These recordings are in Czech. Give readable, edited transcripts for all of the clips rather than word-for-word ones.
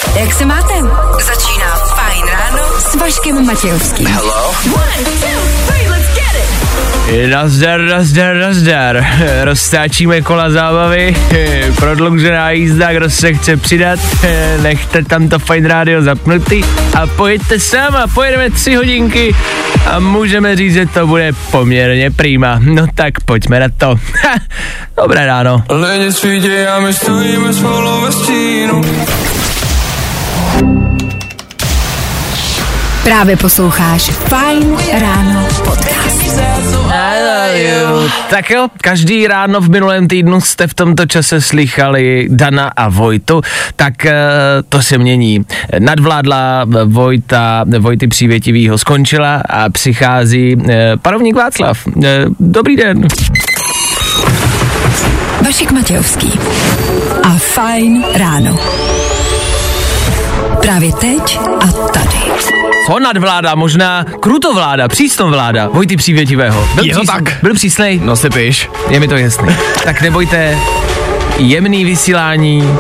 Jak se máte? Začíná Fajn ráno s Vaškem Matějovským. Hello? 1, 2, 3, let's get it! Nazdar. Roztáčíme kola zábavy, prodloužená jízda, kdo se chce přidat, nechte tam to Fajn rádio zapnutý a pojďte sám a pojedeme 3 hodinky a můžeme říct, že to bude poměrně prima. No tak pojďme na to. Dobré ráno. Lidi svíti a my stojíme spolu ve stínu. Právě posloucháš Fajn ráno podcast. Tak jo, každý ráno v minulém týdnu jste v tomto čase slychali Dana a Vojtu, tak to se mění. Nadvládla Vojty Přívětivýho skončila a přichází panovník Václav. Dobrý den. Vašek Matějovský a Fajn ráno. Právě teď a tady. Co nadvláda, možná krutovláda, přísnovláda Vojty Přívětivého. Byl přísnej? No si píš. Je mi to jasný. Tak nebojte, jemný vysílání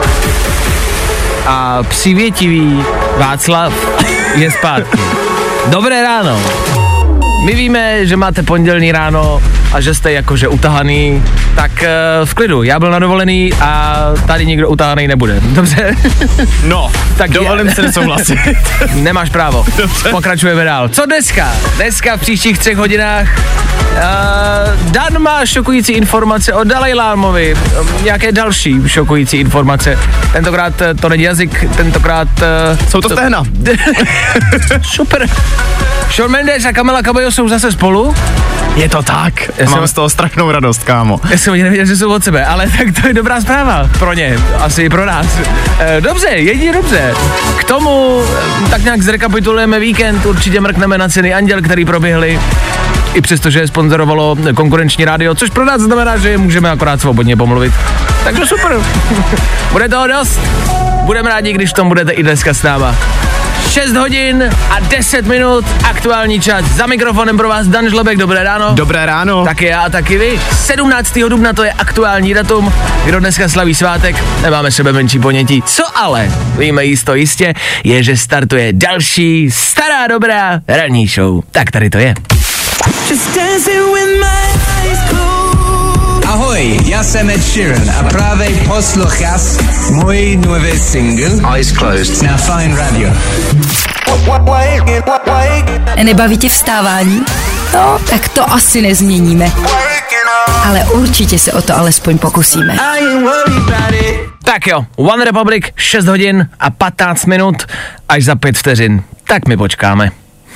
a přívětivý Václav je zpátky. Dobré ráno. My víme, že máte pondělní ráno a že jste jakože utahaný, tak v klidu, já byl na dovolený a tady nikdo utahaný nebude, dobře? No, tak dovolím se nesouhlasit. Nemáš právo, dobře. Pokračujeme dál. Co dneska? Dneska v příštích 3 hodinách Dan má šokující informace o Dalajlámovi, nějaké další šokující informace. Tentokrát to není jazyk, tentokrát... Jsou to stehna. Super. Shawn Mendes a Camila Cabello jsou zase spolu. Je to tak. Mám z toho strašnou radost, kámo. Já jsem ani nevěděl, že jsou od sebe, ale tak to je dobrá zpráva pro ně, asi i pro nás. Dobře, jedině dobře. K tomu tak nějak zrekapitulujeme víkend, určitě mrkneme na ceny Anděl, který proběhly, i přesto, že je sponzorovalo konkurenční rádio, což pro nás znamená, že můžeme akorát svobodně pomluvit. Takže super. Bude toho dost. Budeme rádi, když v tom budete i dneska s náma. 6 hodin a 10 minut, aktuální čas. Za mikrofonem pro vás Dan Žlobek, dobré ráno. Dobré ráno. Taky já a taky vy. 17. dubna to je aktuální datum, kdo dneska slaví svátek, nemáme sebe menší ponětí. Co ale víme jistě, je, že startuje další stará dobrá ranní show. Tak tady to je. Ahoj, já jsem Ed Sheeran a právě posloucháš můj nový single Eyes Closed na Fajn Radio. Nebaví tě vstávání? No, tak to asi nezměníme. Ale určitě se o to alespoň pokusíme. Tak jo, One Republic, 6 hodin a 15 minut, až za 5 vteřin. Tak my počkáme.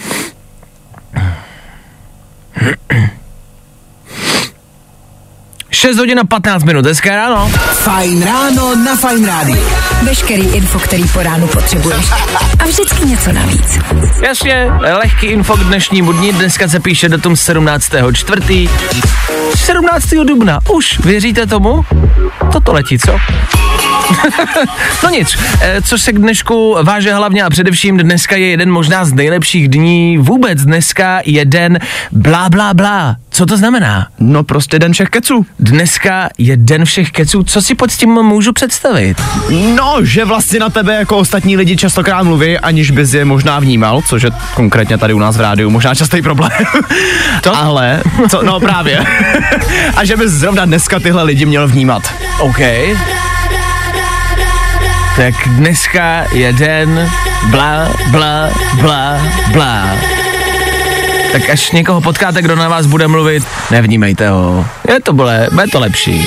Šest hodin a 15 minut, hezké ráno. Fajn ráno na Fajn Radio. Veškerý info, který po ránu potřebuješ. A vždycky něco navíc. Jasně, lehký info k dnešnímu dni, dneska se píše datum 17.4. 17. dubna, už věříte tomu? Toto letí, co? No nic, co se k dnešku váže hlavně a především dneska je jeden možná z nejlepších dní vůbec. Dneska je den blá, blá, blá. Co to znamená? No prostě den všech keců. Dneska je den všech keců, co si pod tím můžu představit? No, že vlastně na tebe jako ostatní lidi častokrát mluví, aniž bys je možná vnímal, což je konkrétně tady u nás v rádiu možná častý problém. To? Ale, no právě. A že bys zrovna dneska tyhle lidi měl vnímat. OK. Tak dneska je den blá, blá, blá, blá. Tak až někoho potkáte, kdo na vás bude mluvit, nevnímejte ho. Bude to lepší.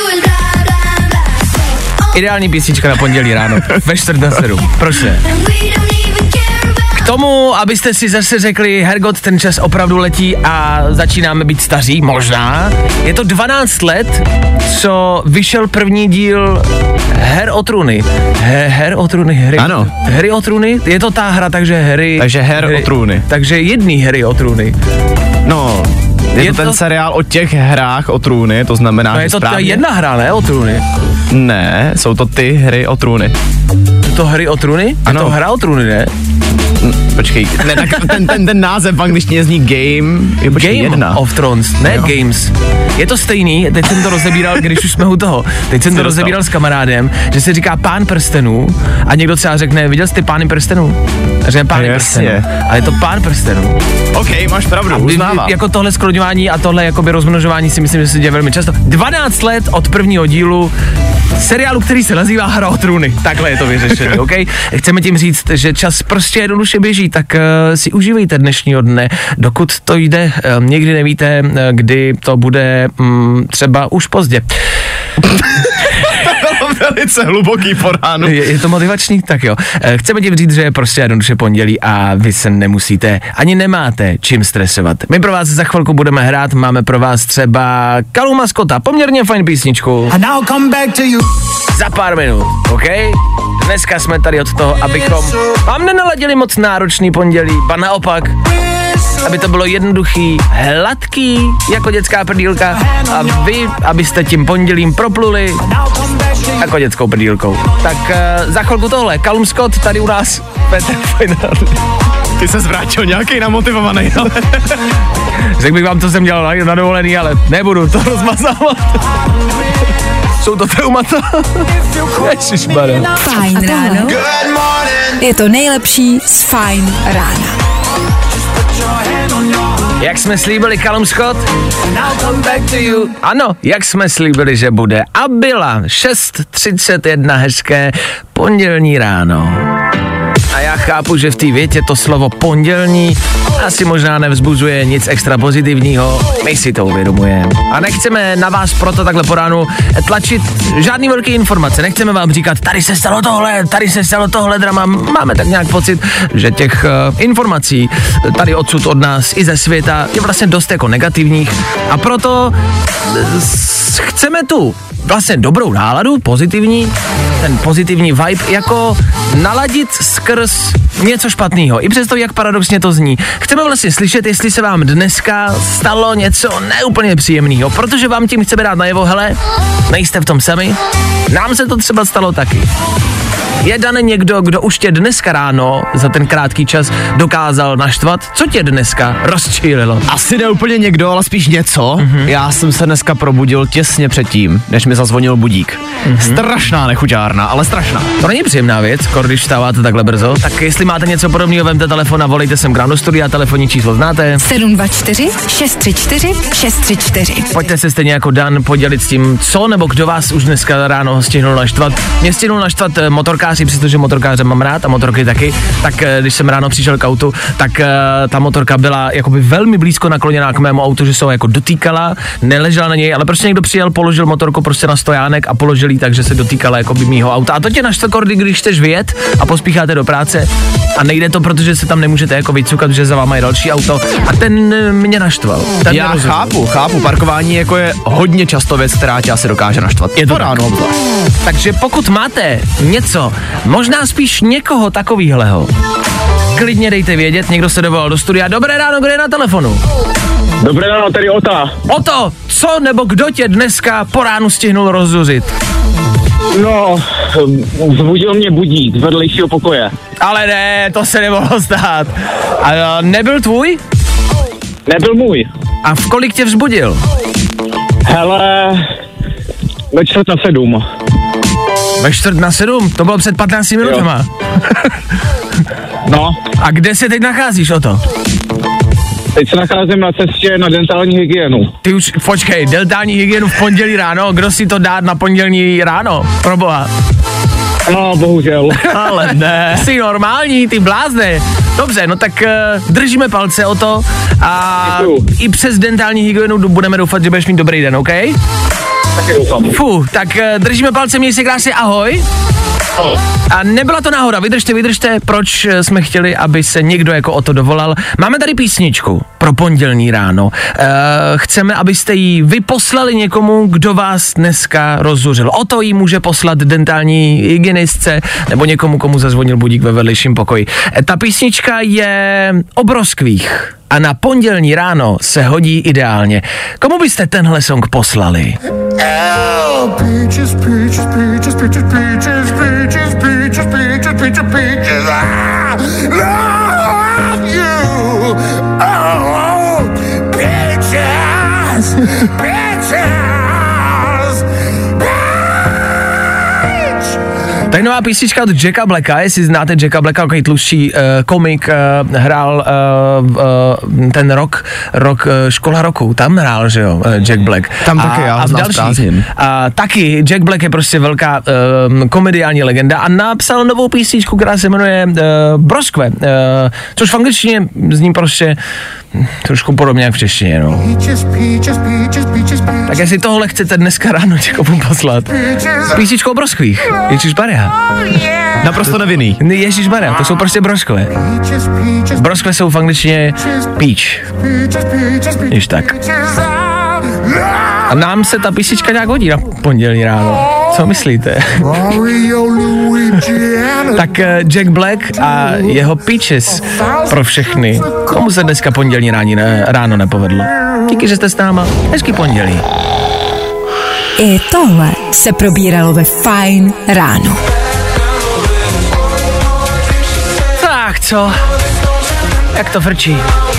Ideální písnička na pondělí ráno, ve 4:07. Proč ne? K tomu, abyste si zase řekli, hergot, ten čas opravdu letí a začínáme být staří, možná. Je to 12 let, co vyšel první díl Her o trůny. Her o trůny. Ano. Hry o trůny? Je to ta hra, takže hry... Takže Her o trůny. Takže jedný Hry o trůny. No, je to ten seriál o těch hrách o trůny, to znamená, no že je to správně... jedna hra, ne? O trůny. Ne, jsou to ty Hry o trůny. To Hry o trůny? Ano. Je to hra o trůny, ne? Počkej, ne, tak ten název v angličtině zní Game of Thrones, ne jo. Games. Je to stejný, teď jsem to rozebíral, když už jsme u toho. Teď jsem to rozebíral s kamarádem, že se říká Pán prstenů a někdo třeba řekne, viděl jsi ty Pány prstenů? A řekne Pány prstenů. Ale je to Pán prstenů. OK, máš pravdu, uznávám. Jako tohle skloňování a tohle jakoby rozmnožování si myslím, že se děje velmi často. 12 let od prvního dílu seriálu, který se nazývá Hra o trůny. Takhle je to vyřešené, OK? Chceme tím říct, že čas prostě jednoduše běží, tak si užívejte dnešního dne, dokud to jde. Někdy nevíte, kdy to bude třeba už pozdě. Velice hluboký po ránu. Je to motivační? Tak jo. Chceme tím říct, že je prostě jednoduše pondělí a vy se nemusíte, ani nemáte čím stresovat. My pro vás za chvilku budeme hrát, máme pro vás třeba Calluma Scotta, poměrně fajn písničku. Za pár minut, OK? Dneska jsme tady od toho, abychom vám nenaladili moc náročný pondělí, ba naopak, aby to bylo jednoduchý, hladký, jako dětská prdýlka a vy, abyste tím pondělím propluli jako dětskou prdýlkou. Tak za chvilku tohle, Callum Scott tady u nás, Petr Fajnal. Ty se zvrátil nějaký namotivovaný, ale... Řekl bych vám, co jsem dělal na dovolený, ale nebudu to rozmazávat. Jsou to traumata. Ježišmarja. Fajn ráno. Je to nejlepší z Fajn rána. Jak jsme slíbili, Callum Scott? Ano, jak jsme slíbili, že bude. A byla 6:31 hezké pondělní ráno. A já chápu, že v té větě to slovo pondělní asi možná nevzbuzuje nic extra pozitivního, my si to uvědomujeme. A nechceme na vás proto takhle po ránu tlačit žádný velký informace, nechceme vám říkat, tady se stalo tohle drama. Máme tak nějak pocit, že těch informací tady odsud od nás i ze světa je vlastně dost jako negativních a proto chceme tu vlastně dobrou náladu, pozitivní, ten pozitivní vibe jako naladit skrz něco špatného. I přesto, jak paradoxně to zní. Chceme vlastně slyšet, jestli se vám dneska stalo něco neúplně příjemného, protože vám tím chceme dát najevo, hele, nejste v tom sami, nám se to třeba stalo taky. Je daný někdo, kdo už tě dneska ráno za ten krátký čas dokázal naštvat? Co tě dneska rozčílilo? Asi ne úplně někdo, ale spíš něco. Já jsem se dneska probudil těsně předtím, než mi zazvonil budík. Strašná nechuťárna, ale strašná. To není příjemná věc, když vstáváte takhle brzo. Tak jestli máte něco podobného, vemte telefon a volejte sem k nám do studia, telefonní číslo znáte. 724 634 634. Pojďte se stejně jako Dan podělit s tím, co nebo kdo vás už dneska ráno stihnul naštvat. Mě stihnul naštvat motorkáři, přestože motorkáře mám rád a motorky taky, tak když jsem ráno přišel k autu, tak ta motorka byla jakoby velmi blízko nakloněná k mému autu, že se ho jako dotýkala, neležela na něj, ale prostě někdo přijel, položil motorku prostě na stojánek a položil jí tak, že se dotýkala jakoby mýho auta. A to tě naštve, když chceš vyjet a pospícháte do práce a nejde to, protože se tam nemůžete jako vycukat, že za váma je další auto a ten mě naštval. Ten já chápu, parkování jako je hodně často věc, která tě asi dokáže naštvat. Je to ráno obzvlášť. Takže pokud máte něco, možná spíš někoho takovýhleho, klidně dejte vědět, někdo se dovolal do studia. Dobré ráno, kdo je na telefonu? Dobré ráno, tady Ota. Oto, co nebo kdo tě dneska po ránu stihnul rozzuřit? No, vzbudil mě budík z vedlejšího pokoje. Ale ne, to se nemohlo stát. A nebyl tvůj? Nebyl můj. A v kolik tě vzbudil? Hele, ve 6:45. Ve 6:45? To bylo před 15 minutama. No. A kde se teď nacházíš, Oto? Teď se nacházím na cestě na dentální hygienu. Ty už, počkej, dentální hygienu v pondělí ráno? Kdo si to dá na pondělní ráno? Proboha. No, bohužel. Ale ne. Jsi normální, ty blázne. Dobře, no tak držíme palce o to a Děkuju. I přes dentální hygienu budeme doufat, že budeš mít dobrý den, OK? Taky doufám. Tak držíme palce, měj se krásně, ahoj. A nebyla to náhoda, vydržte, proč jsme chtěli, aby se někdo jako o to dovolal. Máme tady písničku pro pondělní ráno. Chceme, abyste ji vy poslali někomu, kdo vás dneska rozzuřil. O to jí může poslat dentální hygienistce nebo někomu, komu zazvonil budík ve vedlejším pokoji. Ta písnička je o broskvích a na pondělní ráno se hodí ideálně. Komu byste tenhle song poslali? Peaches, peaches, peaches, peaches, peaches, peaches, peaches, peaches, peaches, peaches, ah! Tak nová písnička od Jacka Blacka, jestli znáte Jacka Blacka, takový tlustší komik, hrál ten rok Škola roku, tam hrál, že jo, Jack Black. Tam taky, já a v dalších. Taky Jack Black je prostě velká komediální legenda a napsal novou písničku, která se jmenuje Broskve, což v angličtině zní prostě trošku podobně jak v češtině, no. Tak jestli tohle chcete dneska ráno někomu poslat, písničku o broskvích, ježišmarja. Naprosto nevinný. Ježišmarja, to jsou prostě broskve. Broskve jsou v angličtině peach. Jež tak. A nám se ta písnička nějak hodí na pondělí ráno. Co myslíte? Tak Jack Black a jeho Peaches pro všechny. Komu se dneska pondělí ráno nepovedlo? Díky, že jste s náma. Hezký pondělí. I tohle se probíralo ve Fajn ráno. Tak co? Jak to frčí?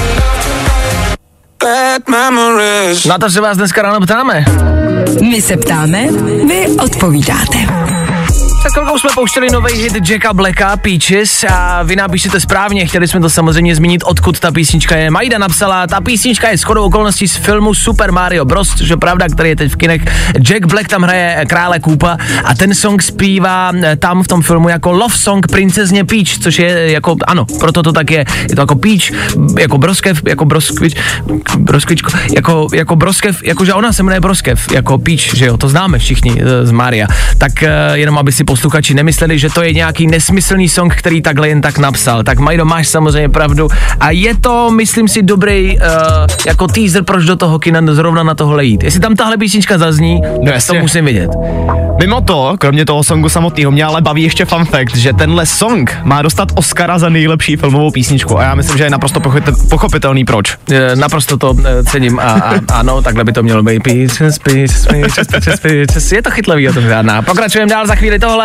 Na to se vás dneska ráno ptáme. My se ptáme, vy odpovídáte. Za chvilkou jsme pouštěli nový hit Jacka Blacka, Peaches, a vy napíšete správně, chtěli jsme to samozřejmě zmínit, odkud ta písnička je. Majda napsala, ta písnička je shodou okolností z filmu Super Mario Bros, což je pravda, který je teď v kinech. Jack Black tam hraje krále Koopa a ten song zpívá tam v tom filmu jako love song princezně Peach, což je jako, ano, proto to tak je. Je to jako Peach, jako broskev, jako broskvičko, jako broskev, jakože ona se jmenuje broskev, jako Peach, že jo, to známe všichni z Maria. Tak jenom aby si posluchači nemysleli, že to je nějaký nesmyslný song, který takhle jen tak napsal. Tak Majdo, máš samozřejmě pravdu a je to, myslím si, dobrý jako teaser, proč do toho kina zrovna na tohle jít. Jestli tam tahle písnička zazní, no to musím vidět. Mimo to, kromě toho songu samotného, mě ale baví ještě fun fact, že tenhle song má dostat Oscara za nejlepší filmovou písničku a já myslím, že je naprosto pochopitelný proč. Naprosto to cením a ano, takhle by to mělo být. Peaches. Je to chytlavý, o tom žádná. Pokračujeme dál za chvíli tohle.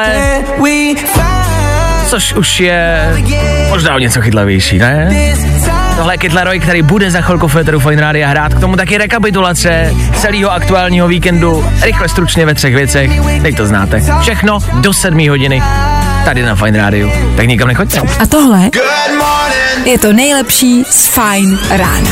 Což už je možná o něco chytlavější, ne? Tohle je Kid Laroi, který bude za chvilku v éteru Fajn Rádia hrát. K tomu taky rekapitulace celého aktuálního víkendu. Rychle, stručně ve 3 věcech. Teď to znáte. Všechno do 7 hodiny. Tady na Fajn Rádiu. Tak nikam nechoďte. A tohle je to nejlepší z Fajn rána.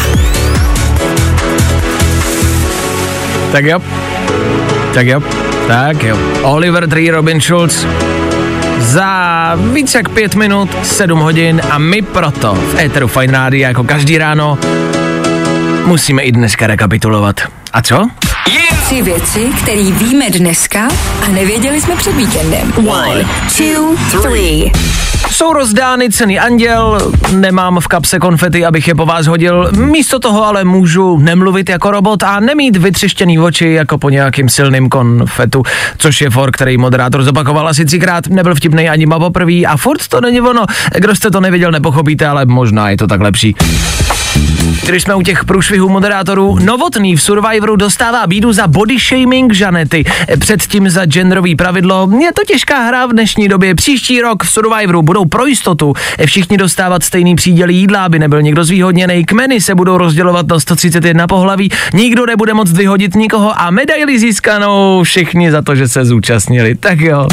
Tak jo. Oliver Tree, Robin Schulz. Za víc jak 5 minut, 7 hodin a my proto v éteru Fajn Rádia jako každý ráno musíme i dneska rekapitulovat. A co? 3 věci, které víme dneska a nevěděli jsme před víkendem. 1, 2, 3. Jsou rozdány ceny Anděl, nemám v kapse konfety, abych je po vás hodil, místo toho ale můžu nemluvit jako robot a nemít vytřeštěný oči jako po nějakým silným konfetu, což je for, který moderátor zopakoval asi 3krát, nebyl vtipnej ani poprvý a furt to není ono, kdo jste to nevěděl, nepochopíte, ale možná je to tak lepší. Když jsme u těch průšvihů moderátorů, Novotný v Survivoru dostává bídu za body shaming Žanety. Předtím za genderový pravidlo. Je to těžká hra v dnešní době. Příští rok v Survivoru budou pro jistotu všichni dostávat stejný příděl jídla, aby nebyl někdo zvýhodněný. Kmeny se budou rozdělovat na 131 pohlaví, nikdo nebude moct vyhodit nikoho a medaili získanou všichni za to, že se zúčastnili. Tak jo.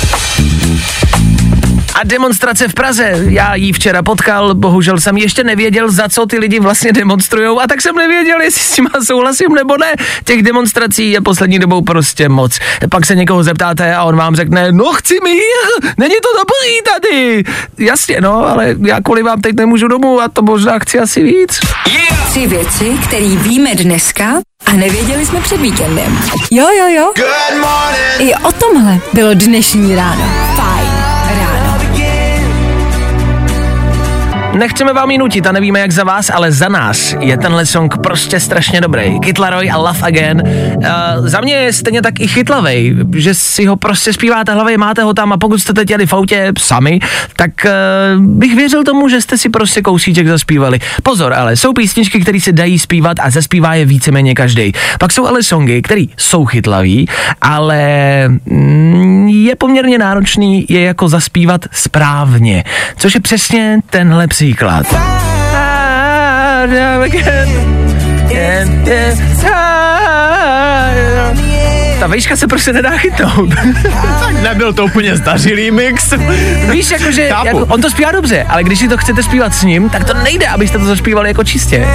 A demonstrace v Praze, já ji včera potkal, bohužel jsem ještě nevěděl, za co ty lidi vlastně demonstrujou a tak jsem nevěděl, jestli s tím souhlasím nebo ne. Těch demonstrací je poslední dobou prostě moc. Pak se někoho zeptáte a on vám řekne, no chci mír, není to dobrý tady. Jasně, no, ale já kvůli vám teď nemůžu domů a to možná chci asi víc. 3 věci, které víme dneska a nevěděli jsme před víkendem. Jo. I o tomhle bylo dnešní ráno. Fajn ráno. Nechceme vám ji nutit a nevíme jak za vás, ale za nás je tenhle song prostě strašně dobrý. Kid Laroi a Love Again. Za mě je stejně tak i chytlavej, že si ho prostě zpíváte hlavě, máte ho tam a pokud jste teď jeli v autě sami, tak bych věřil tomu, že jste si prostě kousíček zaspívali. Pozor, ale jsou písničky, které se dají zpívat a zaspívá je víceméně každý. Pak jsou ale songy, které jsou chytlavý, ale je poměrně náročný je jako zaspívat správně, což je přesně tenhle příklad. ta vejška se prostě nedá chytnout. Tak nebyl to úplně zdařilý mix. Víš, jakože jako, on to zpívá dobře, ale když si to chcete zpívat s ním, tak to nejde, abyste to zaspívali jako čistě.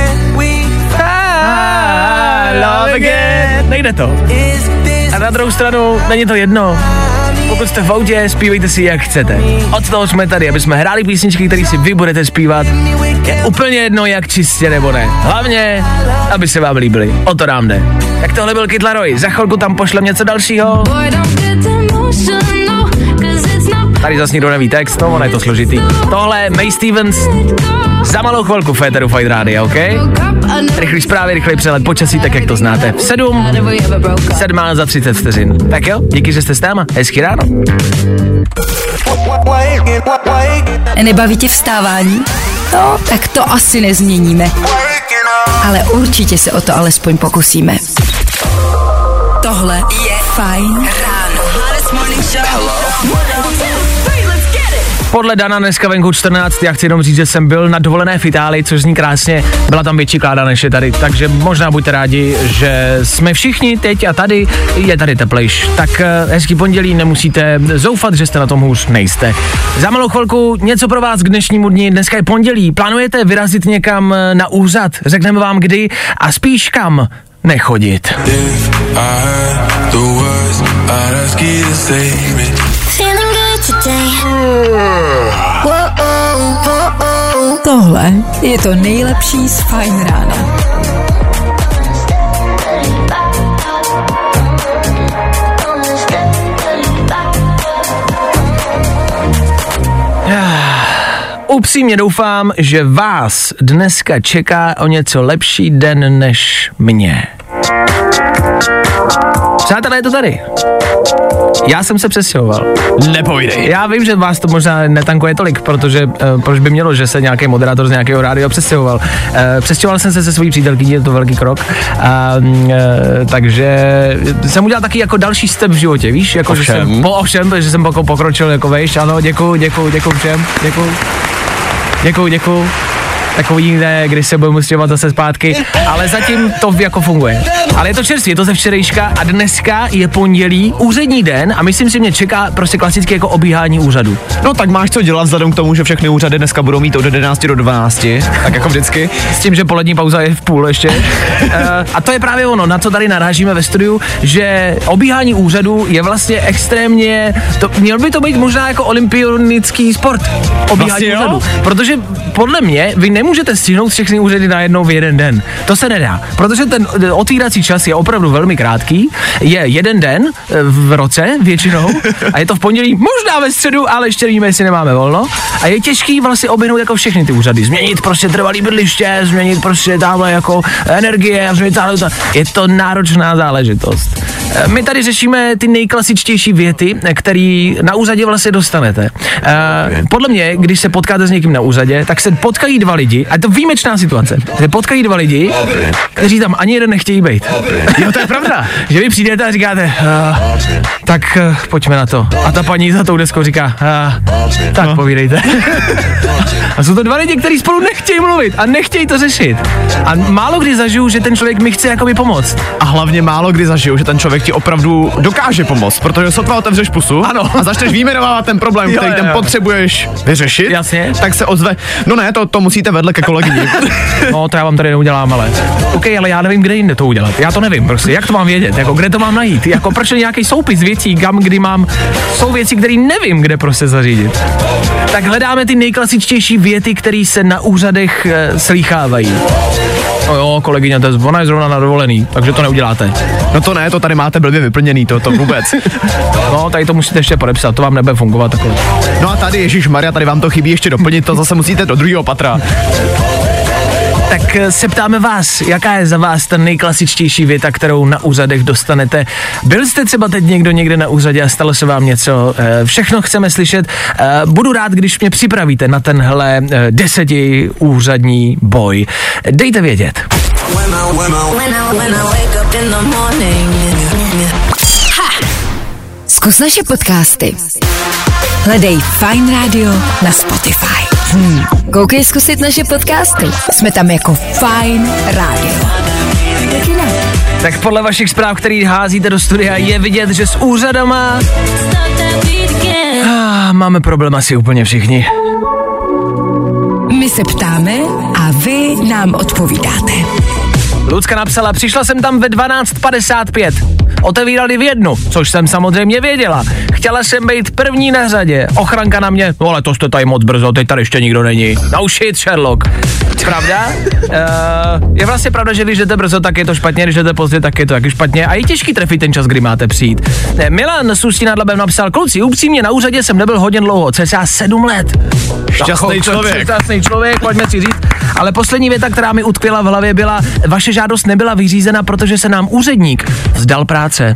Love again. Nejde to. A na druhou stranu není to jedno. Pokud jste v autě, zpívejte si jak chcete. Od toho jsme tady, aby jsme hráli písničky, které si vy budete zpívat. Je úplně jedno, jak čistě nebo ne. Hlavně, aby se vám líbily. O to nám jde. Tak tohle byl Kid Laroi. Za chvilku tam pošlem něco dalšího. Tady zase nikdo neví text, no, ono je to složitý. Tohle May Stevens. Za malou chvilku Féteru Fight Radio, OK? Rychlý zprávy, rychlý přehled počasí, tak jak to znáte. 7 za 30 vteřin. Tak jo, díky, že jste s náma. Hezký ráno. Nebaví tě vstávání? No, tak to asi nezměníme. Ale určitě se o to alespoň pokusíme. Tohle je Fajn ráno. Podle Dana dneska venku 14, já chci jenom říct, že jsem byl na dovolené v Itálii, což zní krásně, byla tam větší kláda než je tady, takže možná buďte rádi, že jsme všichni teď a tady, je tady teplejš. Tak hezký pondělí, nemusíte zoufat, že jste na tom hůř nejste. Za malou chvilku něco pro vás k dnešnímu dni, dneska je pondělí, plánujete vyrazit někam na úřad, řekneme vám kdy a spíš kam nechodit. Tohle je to nejlepší z Fajn rána. Upřímně doufám, že vás dneska čeká o něco lepší den než mě. Přátelé, je to tady. Já jsem se přestěhoval. Nepojdej. Já vím, že vás to možná netankuje tolik, protože proč by mělo, že se nějaký moderátor z nějakého rádia přestěhoval. Přestěhoval jsem se svojí přítelkyní, je to velký krok. Takže jsem udělal taky jako další step v životě, víš? Jako, že jsem pokročil jako vejš, ano, děkuju všem, děkuju. Tak uvidíte, když se budeme stěhovat zase zpátky, ale zatím to jako funguje. Ale je to čerstvě, je to ze včerejška a dneska je pondělí, úřední den a myslím si, mě čeká prostě klasicky jako obíhání úřadu. No tak máš co dělat vzhledem k tomu, že všechny úřady dneska budou mít od 11 do 12, tak jako vždycky. S tím, že polední pauza je v půl ještě. A to je právě ono, na co tady narážíme ve studiu, že obíhání úřadu je vlastně extrémně, měl by to být možná jako olympionický sport. Obíhání vlastně úřadu. Protože podle mě vy nemůžete stihnout všechny úřady najednou v jeden den. To se nedá, protože ten otvírací čas je opravdu velmi krátký, je jeden den v roce většinou a je to v pondělí, možná ve středu, ale ještě nevíme, jestli nemáme volno a je těžký vlastně oběhnout jako všechny ty úřady, změnit prostě trvalý bydliště, změnit prostě tamhle jako energie a změnit tahle, je to náročná záležitost. My tady řešíme ty nejklasičtější věty, které na úřadě vlastně dostanete. Podle mě, když se potkáte s někým na úřadě, tak se potkají dva lidi, a je to výjimečná situace, se potkají dva lidi, kteří tam ani jeden nechtějí být. Jo, to je pravda. Že vy přijdete a říkáte, tak pojďme na to. A ta paní za tou deskou říká, tak povídejte. A jsou to dva lidi, kteří spolu nechtějí mluvit a nechtějí to řešit. A málo kdy zažiju, že ten člověk mi chce jakoby pomoct. A hlavně málo kdy zažiju, že ten člověk ti opravdu dokáže pomoct, protože sotva otevřeš pusu a začneš vyjmenovávat ten problém, který tam potřebuješ vyřešit. Jasně. Tak se ozve, no ne, to musíte vedle ke kolegyni. No, to já vám tady neudělám, ale. OK, ale já nevím, kde jinde to udělat. Já to nevím, prostě. Jak to mám vědět? Jako, kde to mám najít? Jako, proč je nějaký soupis věcí, kdy mám. Jsou věci, které nevím, kde prostě zařídit. Tak hledáme ty nejklasičtější věty, které se na úřadech slýchávají. No jo, kolegyně, ona je zrovna na dovolený, takže to neuděláte. No to ne, to tady máte blbě vyplněný, to vůbec. No, tady to musíte ještě podepsat, to vám nebude fungovat takhle. No a tady, ježišmarja, tady vám to chybí ještě doplnit, to zase musíte do druhého patra. Tak se ptáme vás, jaká je za vás ta nejklasičtější věta, kterou na úřadech dostanete. Byl jste třeba teď někde na úřadě a stalo se vám něco? Všechno chceme slyšet. Budu rád, když mě připravíte na tenhle 10 úřadní boj. Dejte vědět. Zkus naše podcasty. Hledej Fajn Radio na Spotify. Koukej zkusit naše podcasty. Jsme tam jako Fajn Radio. Tak jinak. Tak podle vašich zpráv, který házíte do studia, je vidět, že s úřadama máme problém asi úplně všichni. My se ptáme a vy nám odpovídáte. Lucka napsala, přišla jsem tam ve 12:55. Otevírali v 1, což jsem samozřejmě věděla. Chtěla jsem být první na řadě. Ochranka na mě, no ale to jste tady moc brzo, teď tady ještě nikdo není. No shit, Sherlock. Pravda? Je vlastně pravda, že když jdete brzo, tak je to špatně, když jdete pozdě, tak je to taky špatně. A je těžký trefit ten čas, kdy máte přijít. Milan z Ústí nad Labem napsal, kluci, upřímně na úřadě jsem nebyl hodně dlouho, cca 7 let. Šťastný člověk, pojďme si říct. Ale poslední věta, která mi utkvěla v hlavě, byla, vaše žádost nebyla vyřízena, protože se nám úředník vzdal práce.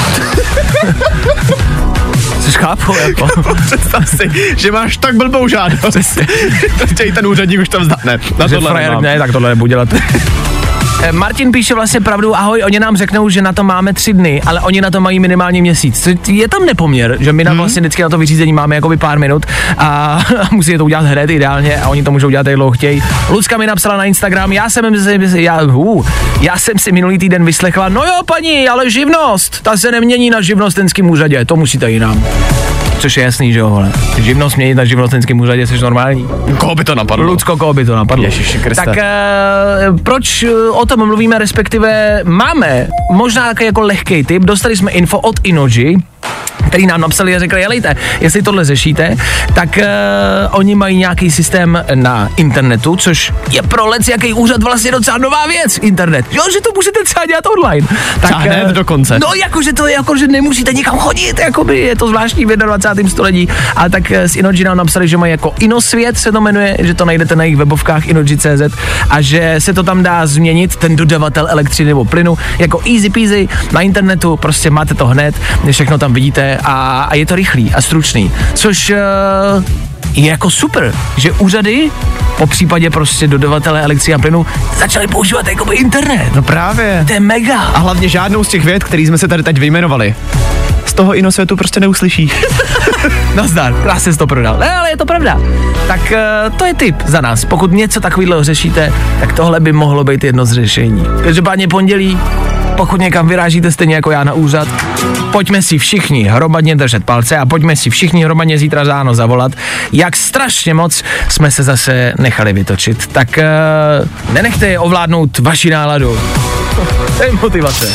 Což chápu, jako. Představ si, že máš tak blbou žádost. Chtějí ten úředník už to vzdat. Ne, na tohle frajer, ne, tak tohle nebudu dělat. Martin píše vlastně pravdu, ahoj, oni nám řeknou, že na to máme 3 dny, ale oni na to mají minimálně měsíc. Je tam nepoměr, že my na vlastně vždycky na to vyřízení máme jakoby pár minut a musí to udělat hned ideálně a oni to můžou dělat, jak dlouho chtějí. Lucka mi napsala na Instagram, já jsem si minulý týden vyslechla, no jo paní, ale živnost, ta se nemění na živnostenském úřadě, to musíte jinam. Což je jasný, že jo, vole. Živnost měnit na živnostenském úřadě, což normální. Koho by to napadlo? Lucko, koho by to napadlo? Ježiši Kriste. Tak proč o tom mluvíme, respektive máme možná jako lehkej tip, dostali jsme info od Inoji, který nám napsali a řekli, jelejte, jestli tohle řešíte, tak oni mají nějaký systém na internetu, což je pro jaký úřad vlastně docela nová věc, internet. Jo, že to můžete třeba dělat online. Tak hned dokonce. No, jakože to je, jakože nemusíte nikam chodit, jakoby je to zvláštní v 21. století. A tak s Inoji nám napsali, že mají jako Inosvět se to jmenuje, že to najdete na jejich webovkách inoji.cz a že se to tam dá změnit, ten dodavatel elektřiny nebo plynu, jako easy peasy na internetu, prostě máte to hned, všechno tam vidíte a je to rychlý a stručný, což je jako super, že úřady, po případě prostě dodavatele elektřiny a plynu, začali používat jakoby internet. No právě. To je mega. A hlavně žádnou z těch vět, které jsme se tady teď vyjmenovali, z toho Inosvětu prostě neuslyší. Nazdar, krásně jsi to prodal. Ne, ale je to pravda. Tak to je tip za nás. Pokud něco takového řešíte, tak tohle by mohlo být jedno z řešení. Každopádně pondělí, pokud někam vyrážíte stejně jako já na úřad, pojďme si všichni hromadně držet palce a pojďme si všichni hromadně zítra ráno zavolat, jak strašně moc jsme se zase nechali vytočit. Tak nenechte je ovládnout vaši náladu. To je motivace.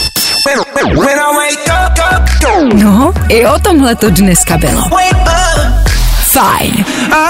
No, i o tomhle to dneska bylo. Fajn.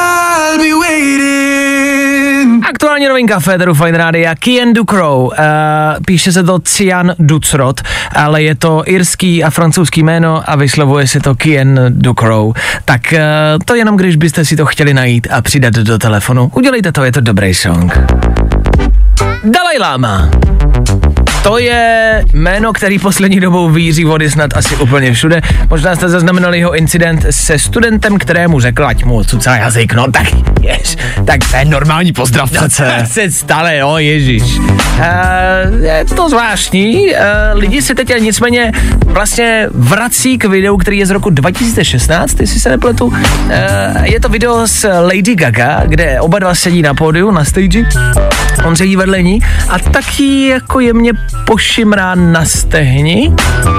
Aktuální novinka Féteru Fajn Rádia, Kian Ducrow, píše se to Cian Ducrot, ale je to irský a francouzský jméno a vyslovuje se to Kian Ducrow. Tak to jenom když byste si to chtěli najít a přidat do telefonu, udělejte to, je to dobrý song. Dalaj Lama. To je jméno, který poslední dobou víří vody snad asi úplně všude. Možná jste zaznamenali jeho incident se studentem, kterému řekl, ať mu cucá jazyk, no tak tak to je normální pozdrav přece. No, se stane, jo, ježiš. Je to zvláštní, lidi si teď nicméně vlastně vrací k videu, který je z roku 2016, jestli se nepletu. Je to video s Lady Gaga, kde oba dva sedí na pódiu, na stage. On sedí vedle ní a taky jako jemně pošimrá na stehni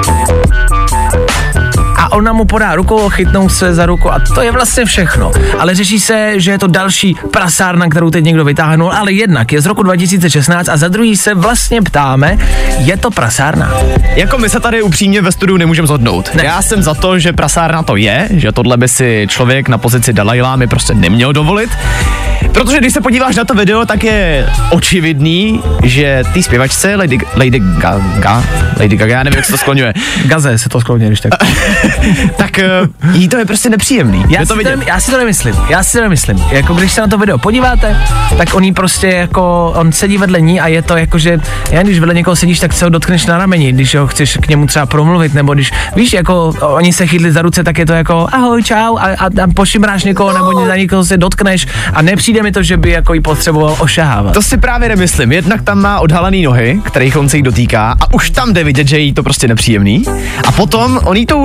a ona mu podá rukou, chytnou se za ruku a to je vlastně všechno. Ale řeší se, že je to další prasárna, kterou teď někdo vytáhnul, ale jednak je z roku 2016 a za druhý se vlastně ptáme, je to prasárna? Jako my se tady upřímně ve studiu nemůžeme shodnout. Ne. Já jsem za to, že prasárna to je, že tohle by si člověk na pozici Dalajlámy prostě neměl dovolit. Protože když se podíváš na to video, tak je očividný, že ty zpěvačce Lady Gaga, já nevím, jak se to skloňuje. Gaze se to skloňuje, když tak. Tak jí to je prostě nepříjemný. Já si to nemyslím. Jako když se na to video podíváte, tak on jí prostě jako, on sedí vedle ní a je to jako, že když vedle někoho sedíš, tak se ho dotkneš na rameni, když ho chceš k němu třeba promluvit, nebo když, víš, jako oni se chytli za ruce, tak je to jako ahoj, čau a pošimráš někoho, nebo za někoho se dotkneš a nepřijde mi to, že by jako jí potřeboval ošahávat. To si právě nemyslím. Jednak tam má odhalený nohy, kterých on se jí dotýká a už tam jde vidět, že jí to prostě nepříjemný. A potom on jí tou rukou jako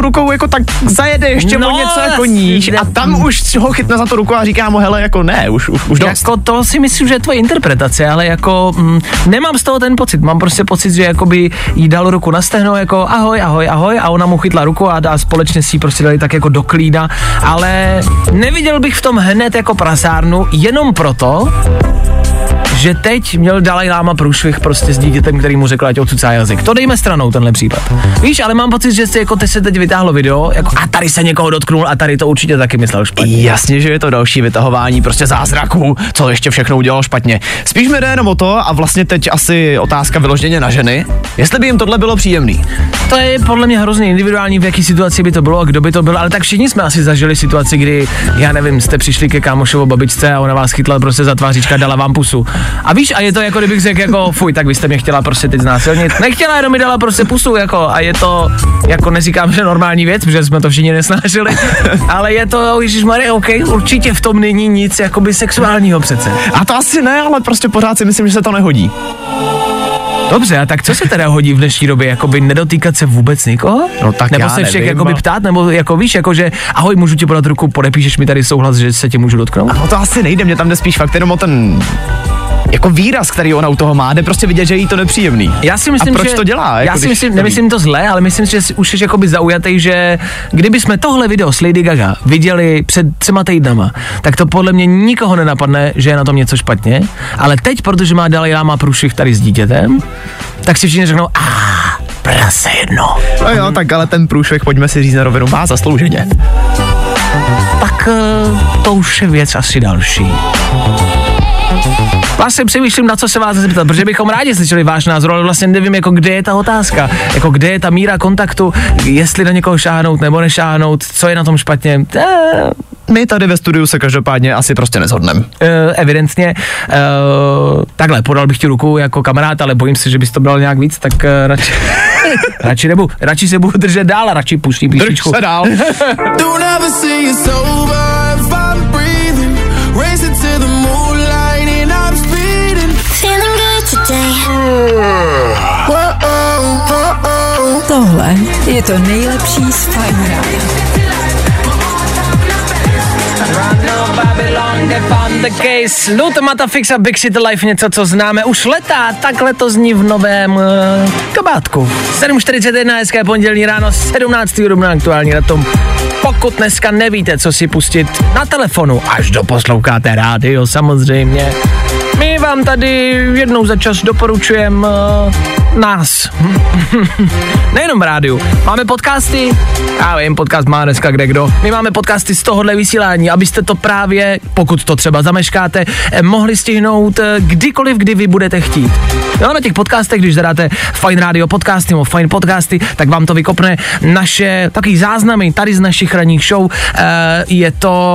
jako tak zajede ještě o něco jako níž a tam už ho chytne za tu ruku a říká mu, hele, jako ne, už dost. Jako to si myslím, že je tvoje interpretace, ale jako nemám z toho ten pocit, mám prostě pocit, že jakoby jí dal ruku na stehno, jako ahoj a ona mu chytla ruku a společně si prostě dali tak jako do klína, ale neviděl bych v tom hned jako prasárnu, jenom proto, že teď měl Dalaj Láma průšvih prostě s dítětem, který mu řekl, ať odsucá jazyk. To dejme stranou, tenhle případ. Víš, ale mám pocit, že se teď vytáhlo video, jako a tady se někoho dotknul a tady to určitě taky myslel špatně. Jasně, že je to další vytahování prostě zázraků, co ještě všechno udělal špatně. Spíš mi jde jenom o to a vlastně teď asi otázka vyloženě na ženy, jestli by jim tohle bylo příjemný. To je podle mě hrozně individuální, v jaký situaci by to bylo a kdo by to byl, ale tak všichni jsme asi zažili situaci, kdy, já nevím, jste přišli ke kámošovo babičce a ona vás chytla prostě za tvářička, dala vám pusu. A víš, a je to jako kdybych řekl jako fuj, tak vy jste mě chtěla prostě teď znásilnit. Nechtěla, jenom mi dala prostě pusu jako a je to, jako neříkám, že normální věc, protože jsme to všichni nesnášeli, ale je to, ježišmarja, OK, určitě v tom není nic jakoby sexuálního přece. A to asi ne, ale prostě pořád si myslím, že se to nehodí. Dobře, a tak co se teda hodí v dnešní době, jakoby nedotýkat se vůbec nikoho? No tak nebo se všech jakoby ptát, nebo jako víš, jakože ahoj, můžu ti podat ruku, podepíšeš mi tady souhlas, že se tě můžu dotknout? No to asi nejde, mě tam jde spíš fakt jenom o ten jako výraz, který ona u toho má, jde prostě vidět, že jí to nepříjemný. Já si myslím, a proč že, to dělá? Jako já si myslím, nemyslím to zle, ale myslím, že už jsi jakoby zaujatý, že kdyby jsme tohle video s Lady Gaga viděli před 3 týdnama, tak to podle mě nikoho nenapadne, že je na tom něco špatně, ale teď, protože má Dalaj Láma průšvih tady s dítětem, tak si všichni řeknou, prase jedno. No jo, tak ale ten průšvih, pojďme si říct na rovinu, má zaslouženě. Tak to už je věc asi další. Vlastně přemýšlím, na co se vás zeptat, protože bychom rádi slyšeli váš názor, ale vlastně nevím, jako kde je ta otázka, jako kde je ta míra kontaktu, jestli na někoho šáhnout nebo nešáhnout, co je na tom špatně. My tady ve studiu se každopádně asi prostě neshodneme. Evidentně. Takhle, podal bych ti ruku jako kamarád, ale bojím se, že bys to bral nějak víc, tak radši se budu držet dál a radši pustím písničku. Drž se dál. Tohle je to nejlepší z Fajn rádia. Luther Matafix a Big City Life, něco, co známe už leta, takhle to zní v novém kabátku. 7:41, hezké pondělní ráno, 17. dubna, aktuální datum. Pokud dneska nevíte, co si pustit na telefonu, až doposloucháte rádio samozřejmě, my vám tady jednou za čas doporučujeme nás. Nejenom v rádiu. Máme podcasty, já vím, podcast má dneska kdekdo. My máme podcasty z tohohle vysílání, abyste to právě, pokud to třeba zameškáte, mohli stihnout kdykoliv, kdy vy budete chtít. Jo, na těch podcastech, když zadáte Fajn rádio podcasty nebo Fajn podcasty, tak vám to vykopne naše takový záznamy tady z našich ranních show. Je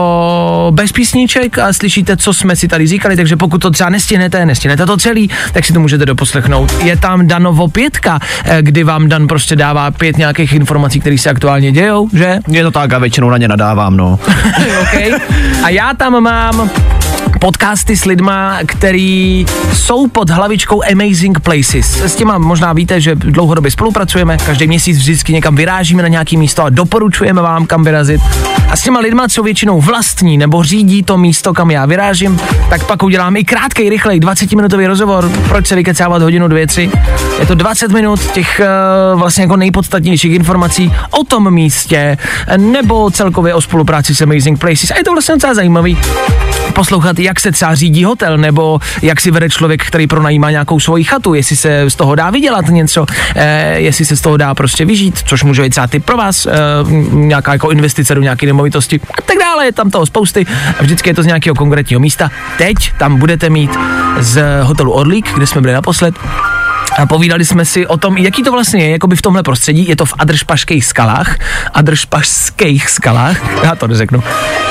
to bez písniček a slyšíte, co jsme si tady říkali, takže pokud to třeba nestihnete to celý, tak si to můžete doposlechnout. Je tam Danovo 5, kdy vám Dan prostě dává 5 nějakých informací, které se aktuálně dějou, že? Je to tak a většinou na ně nadávám, no. Okay. A já tam mám podcasty s lidma, který jsou pod hlavičkou Amazing Places. S těma možná víte, že dlouhodobě spolupracujeme, každý měsíc vždycky někam vyrážíme na nějaký místo a doporučujeme vám, kam vyrazit. A s těma lidma, co většinou vlastní nebo řídí to místo, kam já vyrážím, tak pak udělám i krátkej, rychlej 20-minutový rozhovor. Proč se vykecávat hodinu, 2, 3? Je to 20 minut těch vlastně jako nejpodstatnějších informací o tom místě nebo celkově o spolupráci s Amazing Places. A je to vlastně docela zajímavý poslouchat, jak se třeba řídí hotel, nebo jak si vede člověk, který pronajímá nějakou svoji chatu, jestli se z toho dá vydělat něco, jestli se z toho dá prostě vyžít, což může být třeba tip pro vás, nějaká jako investice do nějaké nemovitosti a tak dále, je tam toho spousty a vždycky je to z nějakého konkrétního místa. Teď tam budete mít z hotelu Orlík, kde jsme byli naposled, a povídali jsme si o tom, jaký to vlastně je, jakoby v tomhle prostředí, je to v Adršpašských skalách, já to neřeknu.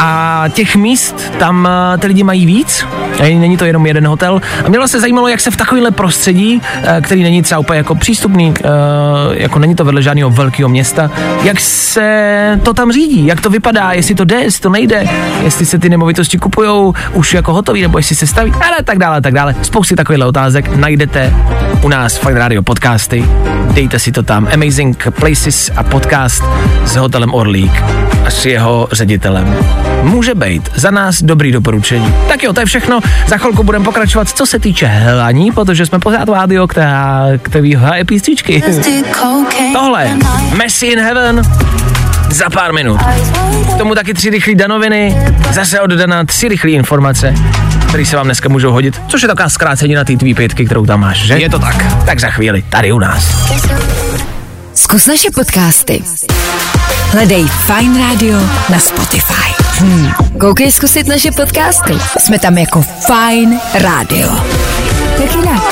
a těch míst tam ty lidi mají víc, není to jenom jeden hotel. A mě vlastně zajímalo, jak se v takovémhle prostředí, který není třeba úplně jako přístupný, jako není to vedle žádného velkého města, jak se to tam řídí, jak to vypadá, jestli to jde, jestli to nejde, jestli se ty nemovitosti kupujou už jako hotový, nebo jestli se staví, ale tak dále. Spousty takovýchhle otázek najdete u nás v Fajn Radio podcasty. Dejte si to tam. Amazing Places a podcast s hotelem Orlík a s jeho ředitelem. Může být za nás dobrý doporučení. Tak jo, to je všechno. Za chvilku budeme pokračovat, co se týče hlaní, protože jsme pořád v rádiu, který hraje písničky. Tohle, Messi in Heaven, za pár minut. K tomu taky 3 rychlý danoviny, zase od Dana 3 rychlý informace, které se vám dneska můžou hodit, což je taková zkrácení na ty tvý pětky, kterou tam máš, že? Je to tak. Tak za chvíli, tady u nás. Zkus naše podcasty. Hledej Fajn Radio na Spotify. Koukej zkusit naše podcasty. Jsme tam jako Fajn Radio. Jak jinak?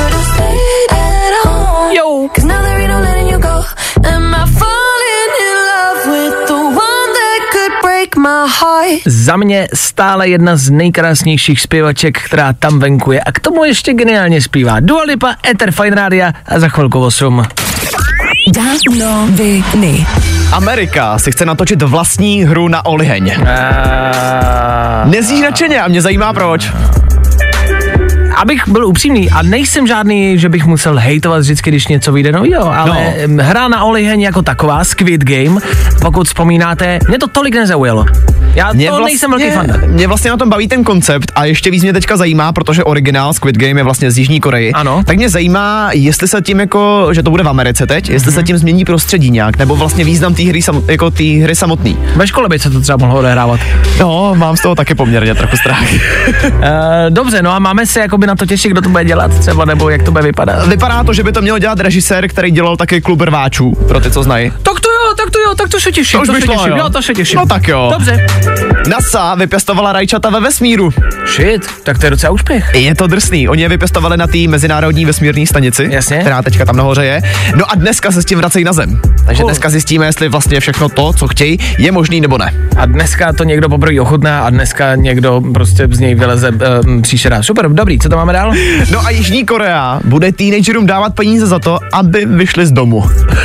Jo. Za mě stále jedna z nejkrásnějších zpěvaček, která tam venku je a k tomu ještě geniálně zpívá. Dua Lipa, Ether Fajn Rádia a za chvilku 8. Danoviny. Amerika si chce natočit vlastní hru na oliheň. Nezníš nadšeně a mě zajímá proč. Abych byl upřímný a nejsem žádný, že bych musel hejtovat vždycky, když něco vyjde novýho, ale hra na oliheň jako taková, Squid Game, pokud vzpomínáte, mě to tolik nezaujalo. Já nejsem velký fan. Mě vlastně na tom baví ten koncept a ještě víc mě teďka zajímá, protože originál Squid Game je vlastně z Jižní Koreji. Ano. Tak mě zajímá, jestli se tím jako, že to bude v Americe teď, jestli se tím změní prostředí nějak, nebo vlastně význam té hry, jako té hry samotný. Ve škole by se to třeba mohlo odehrávat. No, mám z toho taky poměrně trochu strach. Dobře, no a máme se jakoby na to těšit, kdo to bude dělat třeba, nebo jak to bude vypadat. Vypadá to, že by to měl dělat režisér, který dělal taky Klub rváčů, pro ty, co znají. Tak to se těším. To se těším. No tak jo. Dobře. NASA vypěstovala rajčata ve vesmíru. Shit, tak to je docela úspěch. Je to drsný. Oni je vypěstovali na té mezinárodní vesmírné stanici, jasně, která teďka tam nahoře je. No a dneska se s tím vracejí na Zem. Takže dneska zjistíme, jestli vlastně všechno to, co chtějí, je možný nebo ne. A dneska to někdo poprvé ochutná a dneska někdo prostě z něj vyleze příšera. Super, dobrý, co to máme dál? No a Jižní Korea bude teenagerům dávat peníze za to, aby vyšli z domu.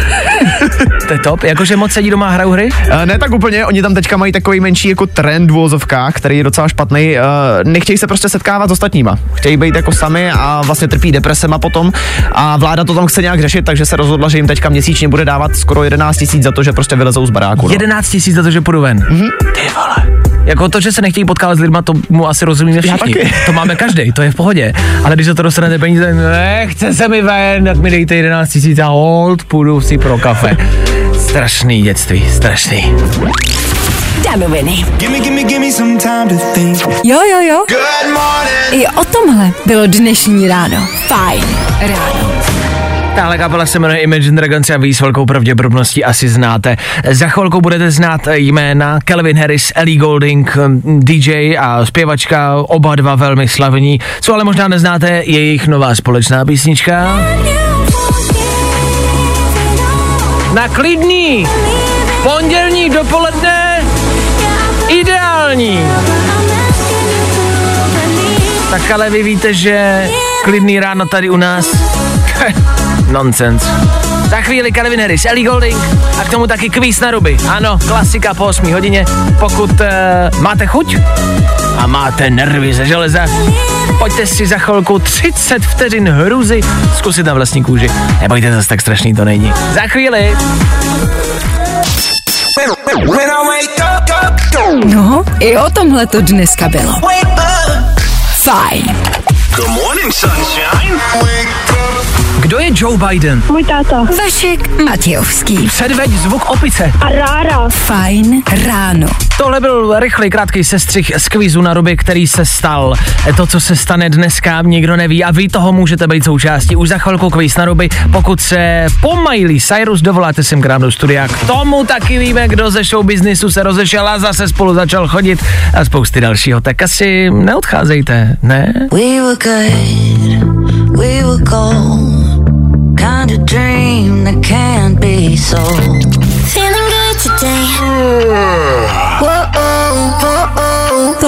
To je top, jakože moc sedí doma a hrajou hry? Ne tak úplně, oni tam teďka mají takový menší jako trend v uvozovkách, který je docela špatný. Nechtějí se prostě setkávat s ostatníma. Chtějí být jako sami a vlastně trpí depresema potom a vláda to tam chce nějak řešit, takže se rozhodla, že jim teďka měsíčně bude dávat skoro 11 000 za to, že prostě vylezou z baráku. No. 11 000 za to, že půjdu ven. Ty vole. Jako to, že se nechtějí potkávat s lidma, to mu asi rozumíme všichni. To máme každý, to je v pohodě. Ale když za to dostanete peníze, chce se mi ven, tak mi dejte 11 000 a hold, půjdu si pro kafe. Strašný dětství, strašný. Danoviny. Gimme some time to think. Jo. Good morning. I o tomhle bylo dnešní ráno. Fajn ráno. Tahle kapela se jmenuje Imagine Dragons a vy s velkou pravděpodobností asi znáte. Za chvilku budete znát jména Calvin Harris, Ellie Goulding, DJ a zpěvačka, oba dva velmi slavní. Co ale možná neznáte, je jejich nová společná písnička. Na klidný pondělní dopoledne ideální. Tak ale vy víte, že klidný ráno tady u nás nonsense. Za chvíli Calvin Harris, Ellie Goulding a k tomu taky kvíz na ruby. Ano, klasika po 8 hodině. Pokud máte chuť a máte nervy ze železa, pojďte si za chvilku 30 vteřin hrůzy zkusit na vlastní kůži. Nebojte, zase tak strašný to není. Za chvíli. No, i o tomhle to dneska bylo. Fajn. Good morning, sunshine. Kdo je Joe Biden? Můj táta. Vašek Matějovský. Předveď zvuk opice. A rára. Fajn ráno. Tohle byl rychlý, krátký sestřih z kvízu na ruby, který se stal. To, co se stane dneska, nikdo neví a vy toho můžete být součástí. Už za chvilku kvíz na ruby. Pokud se po Miley Cyrus dovoláte sem k nám do studia. K tomu taky víme, kdo ze show businessu se rozešel a zase spolu začal chodit a spousty dalšího. Tak asi neodcházejte, ne? We were good, we were gold. Kind of dream that can't be sold. Feeling good today. Whoa, whoa, whoa.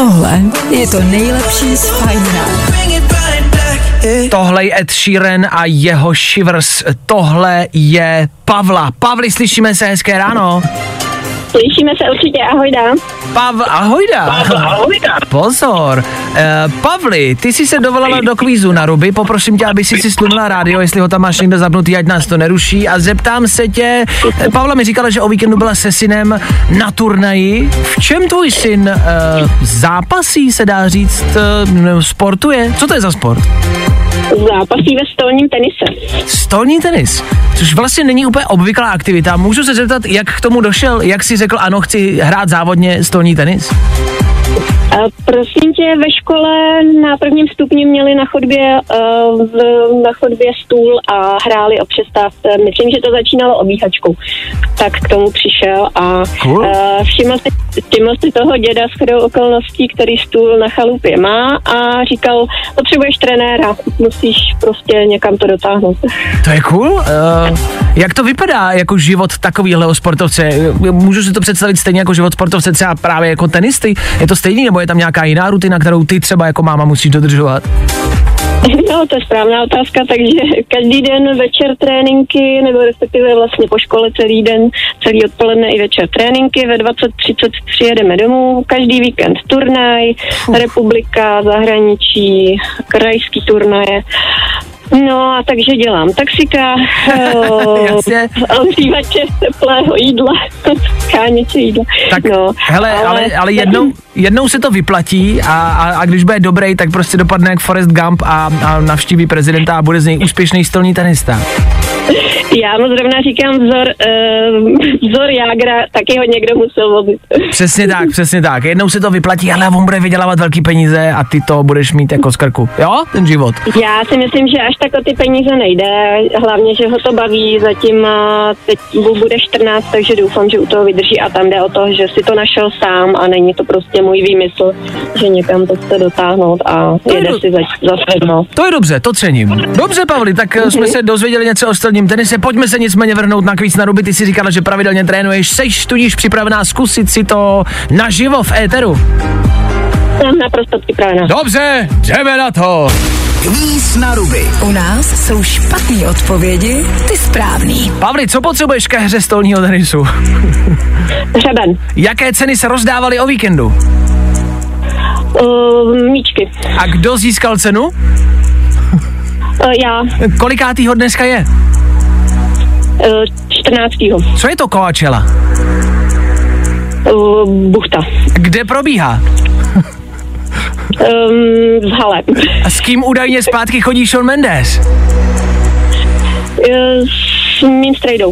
Tohle je to nejlepší z Fajn rána. Tohle je Ed Sheeran a jeho Shivers. Tohle je Pavla. Pavli, slyšíme se, hezké ráno. Slyšíme se určitě, ahojda. Ahojda. Pozor. Pavli, ty jsi se dovolala do kvízu na ruby, poprosím tě, aby si slunula rádio, jestli ho tam máš někde zapnutý, ať nás to neruší, a zeptám se tě, Pavla mi říkala, že o víkendu byla se synem na turnaji. V čem tvůj syn zápasí, se dá říct, sportuje? Co to je za sport? Zápasí ve stolním tenise. Stolní tenis, což vlastně není úplně obvyklá aktivita. Můžu se zeptat, jak k tomu došel? Jak jsi řekl, ano, chci hrát závodně stolní tenis? Prosím tě, ve škole na prvním stupni měli na chodbě stůl a hráli o přestávce. Myslím, že to začínalo obíhačkou. Tak k tomu přišel a všiml si toho děda shodou okolností, který stůl na chalupě má, a říkal, potřebuješ trenéra, musíš prostě někam to dotáhnout. To je cool. Jak to vypadá jako život takovýhleho sportovce? Můžu si to představit stejně jako život sportovce třeba právě jako tenisty? Je to stejný, nebo je tam nějaká jiná rutina, kterou ty třeba jako máma musíš dodržovat? No, to je správná otázka, takže každý den večer tréninky, nebo respektive vlastně po škole celý den, celý odpoledne i večer tréninky, ve 20:30 přijedeme domů, každý víkend turnaj, republika, zahraničí, krajský turnaje. No a takže dělám taxika, ohřívače teplého jídla, skáněče jídla. Tak, no, hele, ale jednou se to vyplatí a když bude dobrý, tak prostě dopadne jak Forrest Gump a navštíví prezidenta a bude z něj úspěšný stolní tenista. Já mu zrovna říkám vzor Jágra, taky ho někdo musel vozit. Přesně tak. Jednou se to vyplatí, ale on bude vydělávat velký peníze a ty to budeš mít jako z krku. Jo, ten život. Já si myslím, že až tak o ty peníze nejde, hlavně, že ho to baví, zatím teď bude 14, takže doufám, že u toho vydrží, a tam jde o to, že si to našel sám a není to prostě můj výmysl, že někam to chce dotáhnout a jede si za sedno. To je dobře, to cením. Dobře, Pavli, tak jsme se dozvěděli něco o stolním tenise, pojďme se nicméně vrhnout na kvíz na ruby. Ty si říkala, že pravidelně trénuješ, seš tudíž připravená zkusit si to naživo v éteru? Jsem naprosto připravená. Dobře, jdeme na to. Kvíz na ruby. U nás jsou špatné odpovědi, ty správný. Pavli, co potřebuješ ke hře stolního tenisu? Hřeben. Jaké ceny se rozdávaly o víkendu? Míčky. A kdo získal cenu? Já. Kolikátýho dneska je? 14. Co je to Coachella? Buchta. Kde probíhá? V hale. A s kým údajně zpátky chodí Shawn Mendes? S mým strejdou.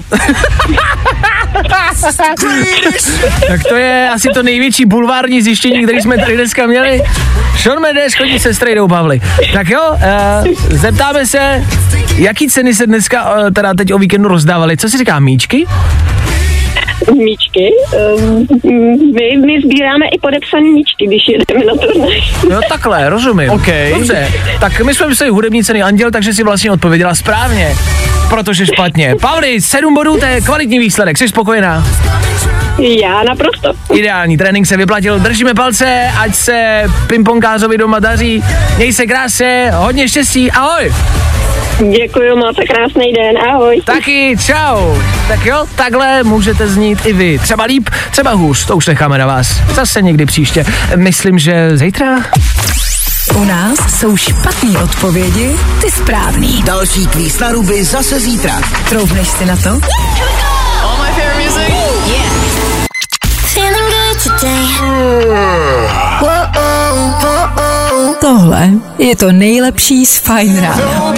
Tak to je asi to největší bulvární zjištění, které jsme tady dneska měli. Shawn Mendes chodí se strejdou, Pavli. Tak jo, zeptáme se, jaký ceny se dneska, teda teď o víkendu rozdávaly. Co si říká, míčky? Míčky. My sbíráme i podepsané míčky, když jedeme na turnaj. No takhle, rozumím. Okay. Dobře, tak my jsme mysleli hudební ceny Anděl, takže si vlastně odpověděla správně. Protože špatně. Pavli, 7 bodů, to je kvalitní výsledek, jsi spokojená? Já naprosto. Ideální, trénink se vyplatil, držíme palce, ať se pingpongářovi doma daří. Měj se krásně, hodně štěstí, ahoj! Děkuju moc a krásný den, ahoj. Taky, čau. Tak jo, takhle můžete znít i vy. Třeba líp, třeba hůř, to už necháme na vás. Zase někdy příště. Myslím, že zítra. U nás jsou špatné odpovědi, ty správný. Další kvíz na ruby zase zítra. Troufneš si na to? All my favorite music. Yeah. Feeling good today. Tohle je to nejlepší z Fajn rána.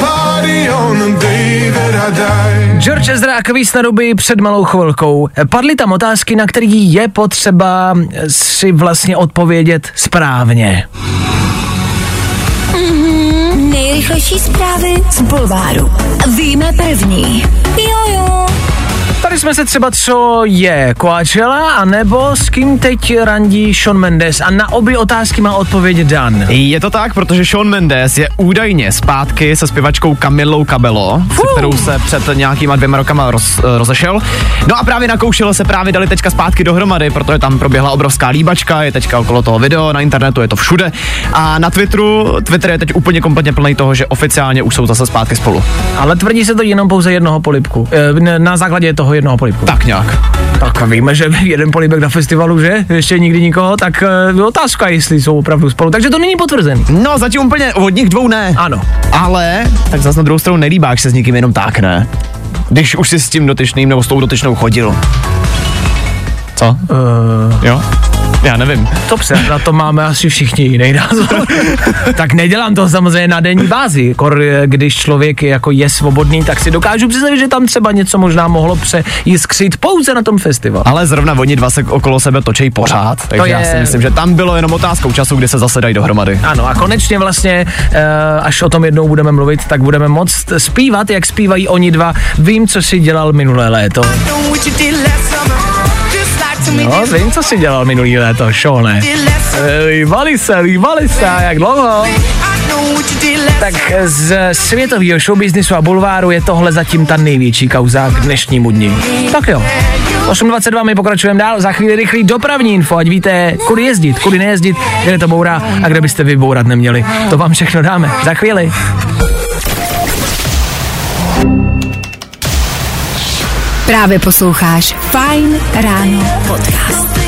George Ezra a kvíz na ruby před malou chvilkou. Padly tam otázky, na které je potřeba si vlastně odpovědět správně. Nejrychlejší zprávy z bulváru. Víme první. Jojo. Tady jsme se třeba, co je Coachella, anebo s kým teď randí Shawn Mendes a na obě otázky má odpověď Dan. Je to tak, protože Shawn Mendes je údajně zpátky se zpěvačkou Camilou Cabello, se kterou se před nějakýma 2 rokama rozešel. No a právě na Coachella se právě dali teďka zpátky dohromady, protože tam proběhla obrovská líbačka, je teďka okolo toho video, na internetu je to všude a na Twitter je teď úplně kompletně plný toho, že oficiálně už jsou zase zpátky spolu. Ale tvrdí se to jenom pouze jednoho polibku. Na základě toho jednoho polibku. Tak nějak. Tak víme, že jeden polibek na festivalu, že? Ještě nikdy nikoho, tak otázka, jestli jsou opravdu spolu. Takže to není potvrzený. No, zatím úplně od nich 2 ne. Ano. Ale, tak zase na druhou stranu nelíbáš se s nikým jenom tak, ne? Když už si s tím dotyčným nebo s tou dotyčnou chodil. Co? Jo? Já nevím. Dobře, na to máme asi všichni jiný názor. Tak nedělám to samozřejmě na denní bázi. Když člověk jako je svobodný, tak si dokážu představit, že tam třeba něco možná mohlo jiskřit pouze na tom festivalu. Ale zrovna oni 2 se okolo sebe točí pořád, takže já si myslím, že tam bylo jenom otázkou času, kdy se zase dají dohromady. Ano a konečně vlastně, až o tom jednou budeme mluvit, tak budeme moct zpívat, jak zpívají oni 2. Vím, co si dělal minulé léto. No, vím, co jsi dělal minulý léto, Šone. Líbali se, jak dlouho? Tak z světového showbiznisu a bulváru je tohle zatím ta největší kauza k dnešnímu dni. Tak jo. 8:22 my pokračujeme dál, za chvíli rychlý dopravní info, ať víte, kudy jezdit, kudy nejezdit, kde to bourá a kde byste vy bourat neměli. To vám všechno dáme, za chvíli. Právě posloucháš Fajn ráno podcast.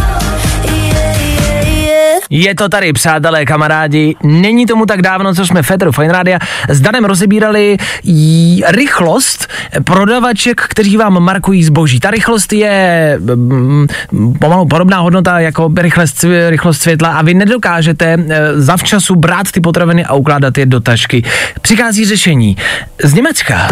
Je to tady, přátelé, kamarádi. Není tomu tak dávno, co jsme Féteru Fajn rádia s Danem rozebírali rychlost prodavaček, kteří vám markují zboží. Ta rychlost je pomalu podobná hodnota jako rychlost světla a vy nedokážete zavčasu brát ty potraviny a ukládat je do tašky. Přichází řešení z Německa.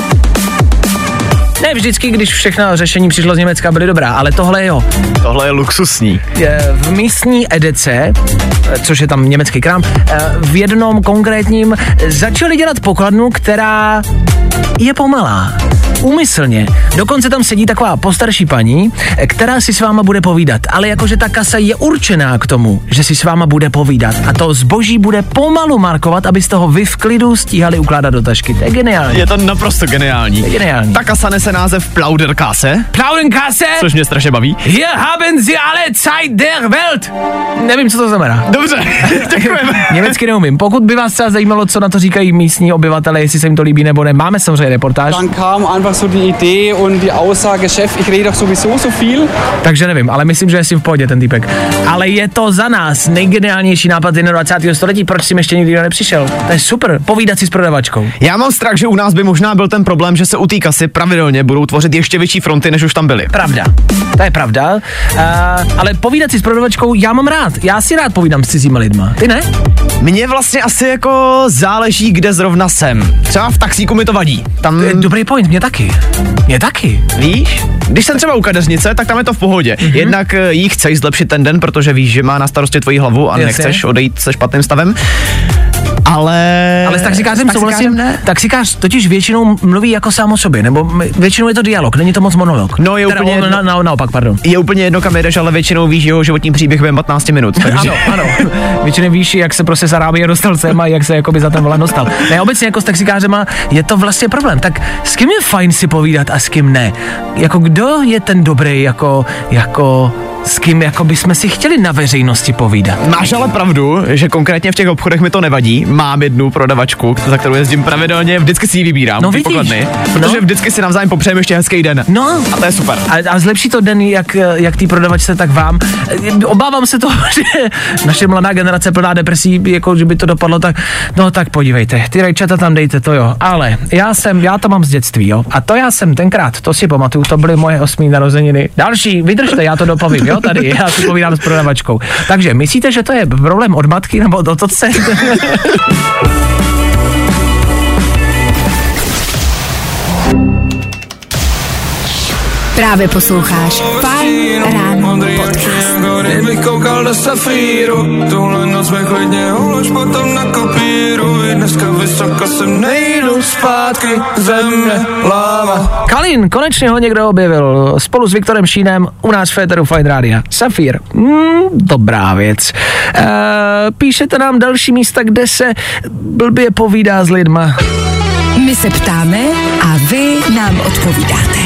Ne vždycky, když všechna řešení přišlo z Německa, byly dobrá, ale tohle jo. Tohle je luxusní. V místní Edece, což je tam německý krám, v jednom konkrétním začali dělat pokladnu, která je pomalá. Úmyslně. Dokonce tam sedí taková postarší paní, která si s váma bude povídat, ale jakože ta kasa je určená k tomu, že si s váma bude povídat a to zboží bude pomalu markovat, abyste ho vy v klidu stíhali ukládat do tašky. To je geniální. Je to naprosto geniální. To je geniální. Ta kasa nese název Plauderkasse. Plauderkasse? Což mě strašně baví. Hier haben Sie alle Zeit der Welt. Nevím, co to znamená. Dobře, děkujeme. Německy neumím. Pokud by vás třeba zajímalo, co na to říkají místní obyvatele, jestli se jim to líbí nebo ne, máme samozřejmě reportáž. Dann kam einfach so die Idee und die Aussage, Chef, ich rede doch sowieso so viel. Takže nevím, ale myslím, že je si v pohodě ten týpek. Ale je to za nás nejgeniálnější nápad 21. století, proč si ještě nikdy nepřišel? To je super, povídat si s prodavačkou. Já mám strach, že u nás by možná byl ten problém, že se u té kasy pravidelně budou tvořit ještě větší fronty, než už tam byly. Pravda, to je pravda, ale povídat si s prodavačkou já mám rád. Já si rád povídám s cizíma lidma. Ty ne? Mně vlastně asi jako záleží, kde zrovna jsem. Třeba v taxíku mi to vadí. Tam... To je dobrý point, mě taky. Mě taky. Víš? Když jsem třeba u kadeřnice, tak tam je to v pohodě. Jednak jí chceš zlepšit ten den, protože víš, že má na starosti tvoji hlavu a nechceš odejít se špatným stavem. Ale s taxikářem souhlasím. Taxikář totiž většinou mluví jako sám o sobě, nebo většinou je to dialog, není to moc monolog. No je úplně naopak, pardon. Je úplně jedno, kam jedeš, ale většinou víš jeho životní příběh během 15 minut. Takže... ano. Většinou víš, jak se prostě z Arábie dostal sem a jak se jakoby za ten volant dostal. Ne, obecně jako s taxikářema je to vlastně problém. Tak s kým je fajn si povídat a s kým ne? Jako kdo je ten dobrý, jako s kým jako bychom si chtěli na veřejnosti povídat. Máš ale pravdu, že konkrétně v těch obchodech mi to nevadí. Mám jednu prodavačku, za kterou jezdím pravidelně, vždycky si ji vybírám. No vidíš. Pokladny, protože vždycky si navzájem popřejeme ještě hezký den. No. A to je super. A zlepší to den jak tý prodavačce, tak vám. Obávám se toho, že naše mladá generace plná depresí, jako že by to dopadlo tak, no tak podívejte, ty rajčata tam dejte, to jo. Ale já to mám z dětství, jo. A to já jsem tenkrát, to si pamatuju, to byly moje 8. narozeniny. Další, vydržte, já to dopovím, jo, tady, já si povídám s prodavačkou. Takže myslíte, že to je problém od matky nebo od otce? Právě posloucháš Fajn ráno podcast. Kdybych koukal do safíru, tuhle noc bych klidně ulož potom na kopíru. I dneska vysoko sem nejdu spát. zpátky, země, láva. Kalin, konečně ho někdo objevil spolu s Viktorem Šínem u nás v Féteru Fajn Rádia. Safír, dobrá věc. Píšete nám další místa, kde se blbě povídá s lidma. My se ptáme a vy nám odpovídáte.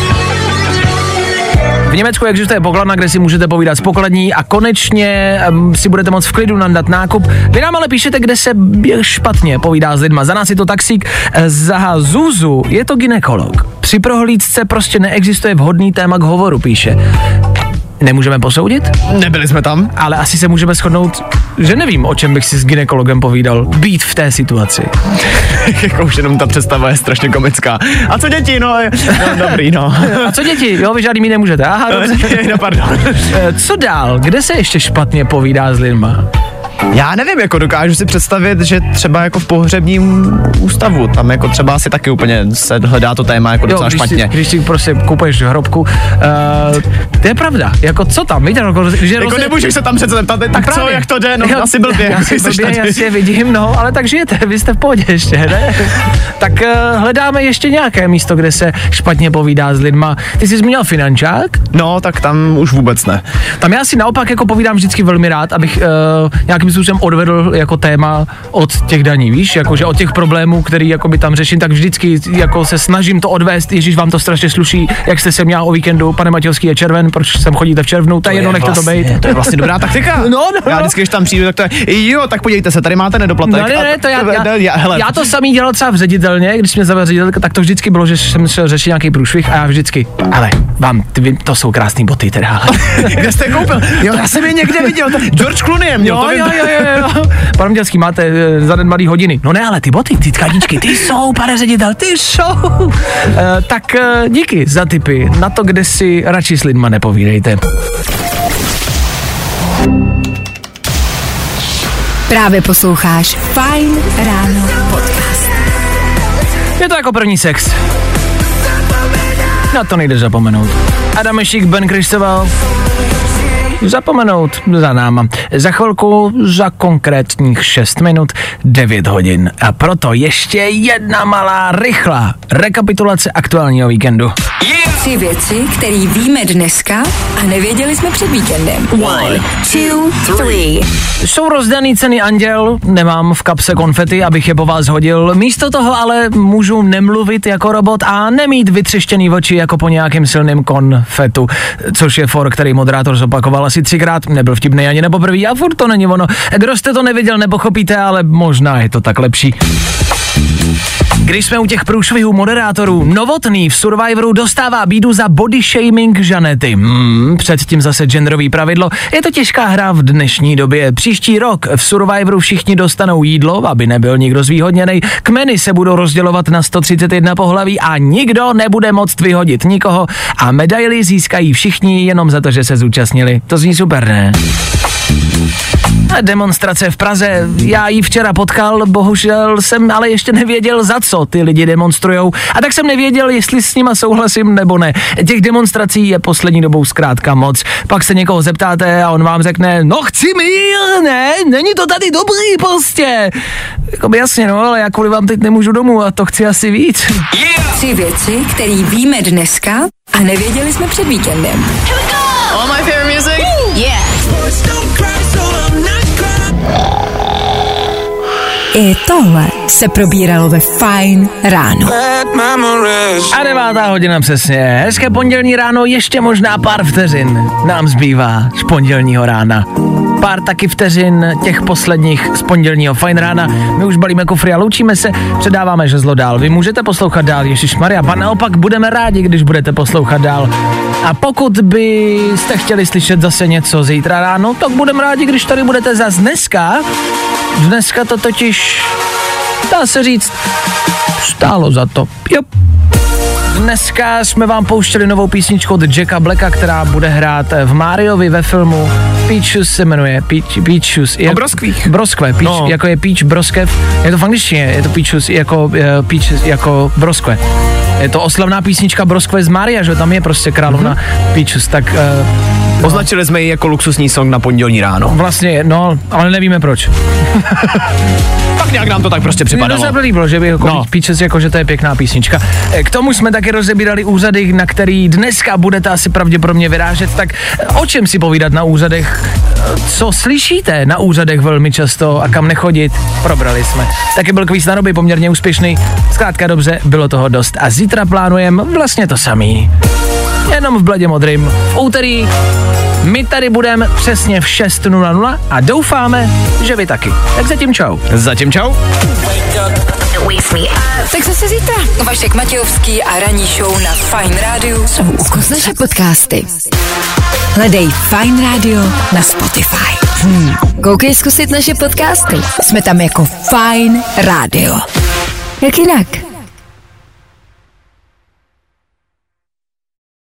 V Německu existuje pokladna, kde si můžete povídat s pokladní a konečně si budete moct v klidu nandat nákup. Vy nám ale píšete, kde se špatně povídá s lidma. Za nás je to taxík, za Zuzu je to gynekolog. Při prohlídce prostě neexistuje vhodný téma k hovoru, píše. Nemůžeme posoudit? Nebyli jsme tam. Ale asi se můžeme shodnout, že nevím, o čem bych si s gynekologem povídal. Být v té situaci. Jako už jenom ta představa je strašně komická. A co děti? No dobrý, no. A co děti? Jo, vy žádný mít nemůžete. Aha, dobře. No, pardon. Co dál? Kde se ještě špatně povídá s lidma? Já nevím, jako dokážu si představit, že třeba jako v pohřebním ústavu, tam jako třeba asi taky úplně se hledá to téma jako docela špatně. Když si prostě koupeš hrobku, to je pravda, jako co tam, víte, jako nemůžeš se tam přece zeptat, tak co, jak to jde, no asi blbě. Já si vidím, no, ale tak žijete, vy jste v pohodě ještě, ne? Tak hledáme ještě nějaké místo, kde se špatně povídá s lidma. Ty jsi zmínil finančák? No, tak tam už vůbec ne. Tam já si naopak jako povídám vždycky velmi rád, abych nějakým způsobem odvedl jako téma od těch daní, víš, jakože od těch problémů, který jakoby tam řeším, tak vždycky jako se snažím to odvést. Ježíš, vám to strašně sluší, jak jste se měl o víkendu, pane Matějovský je červen, proč sem chodíte v červnu, tak jednou nechte to bejt. To je vlastně dobrá taktika. No. Já vždycky, když tam přijdu, tak to je, jo, tak podívejte se, tady máte nedoplatek. Ne, to já to samý dělal třeba v ředitelně, když mě zavedl ředitelka, tak to vždycky bylo, že jsem šel řešit nějaký průšvih a já vždycky, ale vám, to jsou krásný boty teda. Kde jste koupil? Jo, já jsem je někde viděl, George Clooney měl. Jo. Pane Matějovský, máte za den malý hodiny. No ne, ale ty boty, ty tkaničky, ty jsou, pane ředitel, ty jsou. Tak díky za tipy na to, kde si radši s lidma nepovídejte. Právě posloucháš Fajn ráno podcast. Je to jako první sex. Na to nejde zapomenout. Adam Mešík, Ben Kristoval. Zapomenout za náma. Za chvilku, za konkrétních 6 minut, 9 hodin. A proto ještě jedna malá, rychlá rekapitulace aktuálního víkendu. 3 věci, které víme dneska a nevěděli jsme před víkendem. 1, 2, 3. Jsou rozdaný ceny Anděl, nemám v kapse konfety, abych je po vás hodil. Místo toho ale můžu nemluvit jako robot a nemít vytřeštěný oči jako po nějakém silném konfetu, což je for, který moderátor zopakoval asi 3krát, nebyl vtipný ani nepoprvý a furt to není ono. Kdo jste to neviděl, nepochopíte, ale možná je to tak lepší. Když jsme u těch průšvihů moderátorů, Novotný v Survivoru dostává bídu za body shaming Žanety. Předtím zase genderový pravidlo. Je to těžká hra v dnešní době. Příští rok v Survivoru všichni dostanou jídlo, aby nebyl nikdo zvýhodněnej. Kmeny se budou rozdělovat na 131 pohlaví a nikdo nebude moct vyhodit nikoho a medaily získají všichni jenom za to, že se zúčastnili. To zní super, ne? Demonstrace v Praze, já ji včera potkal, bohužel jsem ale ještě nevěděl, za co ty lidi demonstrujou a tak jsem nevěděl, jestli s nima souhlasím nebo ne. Těch demonstrací je poslední dobou zkrátka moc. Pak se někoho zeptáte a on vám řekne, no chci mír, ne, není to tady dobrý prostě. Jakoby jasně, no, ale já kvůli vám teď nemůžu domů a to chci asi víc. 3 věci, které víme dneska a nevěděli jsme před víkendem. All my favorite music? Yeah. I tohle se probíralo ve Fajn ráno. A 9. hodina přesně. Hezké pondělní ráno, ještě možná pár vteřin nám zbývá z pondělního rána. Pár taky vteřin těch posledních z pondělního Fajn rána. My už balíme kufry a loučíme se, předáváme žezlo dál. Vy můžete poslouchat dál, ježišmarja, a naopak budeme rádi, když budete poslouchat dál. A pokud byste chtěli slyšet zase něco zítra ráno, tak budeme rádi, když tady budete zas dneska. Dneska to totiž, dá se říct, stálo za to. Jo. Dneska jsme vám pouštěli novou písničku od Jacka Blacka, která bude hrát v Mariovi ve filmu Peaches se jmenuje, Peaches. O broskvích. Broskve, Peach, no. Jako je Peach broskev, je to v angličtině, je to Peaches Peaches jako broskve. Je to oslavná písnička Broskve z Maria, že tam je prostě královna Peaches, tak Označili jsme ji jako luxusní song na pondělní ráno. Vlastně, no, ale nevíme proč. Tak nějak nám to tak prostě připadalo. Mně to líbilo, že by jako píče si jako, že to je pěkná písnička. K tomu jsme taky rozebírali úřady, na který dneska budete asi pravděpodobně vyrážet, tak o čem si povídat na úřadech? Co slyšíte na úřadech velmi často a kam nechodit? Probrali jsme. Taky byl kvíz na doby poměrně úspěšný. Zkrátka dobře, bylo toho dost. A zítra plánujeme vlastně to samý. Jenom v bledě modrým. V úterý my tady budeme přesně v 6:00 a doufáme, že vy taky. Tak zatím čau. Zatím čau. Tak zase zítra. Vašek Matějovský a ranní show na Fajn rádiu. Zkus naše podcasty. Hledej Fajn rádio na Spotify. Koukej zkusit naše podcasty. Jsme tam jako Fajn rádio. Jak jinak?